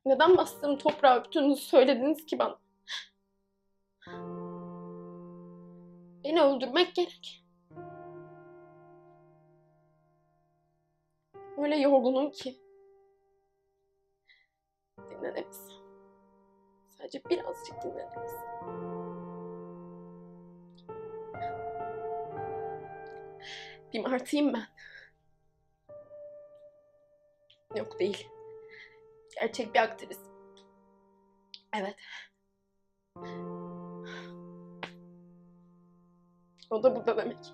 Neden bastığım toprağı öptüğünüzü söylediniz ki bana? Beni öldürmek gerek. Öyle yorgunum ki. Dinlenemez. Sadece birazcık dinlenemez. Bir martıyım ben. Yok değil. Gerçek bir aktris. Evet. O da burada demek.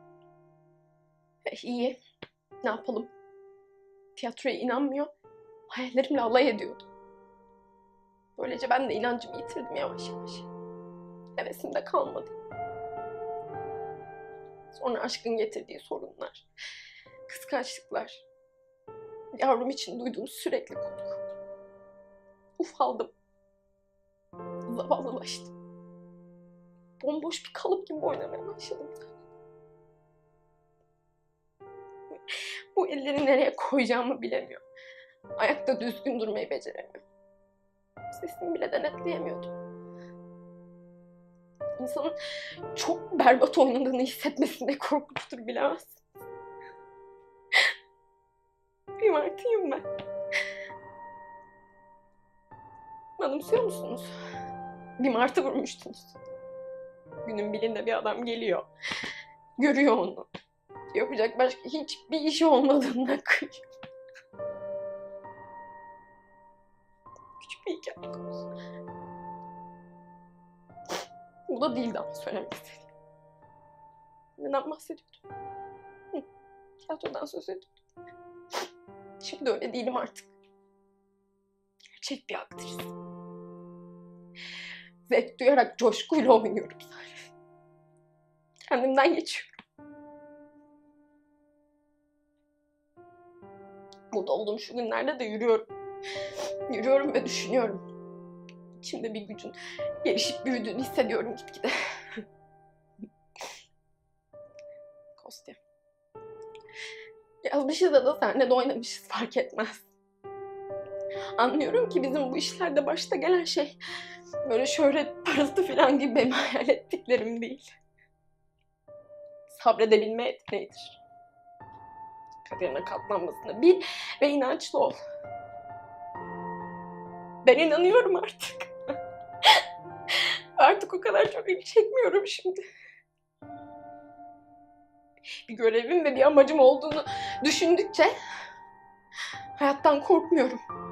İyi. Ne yapalım? Tiyatroya inanmıyor. Hayallerimle alay ediyordu. Böylece ben de inancımı yitirdim yavaş yavaş. Hevesim de kalmadı. Sonra aşkın getirdiği sorunlar, kıskançlıklar, yavrum için duyduğum sürekli korku. Ufaldım. Zavallılaştım. Bomboş bir kalıp gibi oynamaya başladım. Bu elleri nereye koyacağımı bilemiyorum. Ayakta düzgün durmayı beceremiyorum. Sesimi bile denetleyemiyordum. İnsanın çok berbat oynadığını hissetmesi ne korkunçtur bilemezsin. Bir martıyım ben. Anımsıyor musunuz? Bir martı vurmuştunuz. Günün birinde bir adam geliyor. Görüyor onu. Yapacak başka hiçbir işi olmadığından kıyıyor. Küçük bir hikaye konusu. Bu da değildi ama söylemek istediğim. Neden bahsediyordum? Tiyatrodan söz ediyordum. Şimdi öyle değilim artık. Gerçek bir aktris. Zevk duyarak coşkuyla oynuyorum sadece. Kendimden geçiyorum. Burada olduğum şu günlerde de yürüyorum. Yürüyorum ve düşünüyorum. İçimde bir gücün gelişip büyüdüğünü hissediyorum gitgide. Kostya. Yazmışız da senle de oynamışız fark etmez. Anlıyorum ki bizim bu işlerde başta gelen şey böyle şöhret, parıltı falan gibi benim hayal ettiklerim değil. Sabredebilme yeteneğidir. Kaderine katlanmasını bil ve inançlı ol. Ben inanıyorum artık. Artık o kadar çok ilgi çekmiyorum şimdi. Bir görevim ve bir amacım olduğunu düşündükçe hayattan korkmuyorum.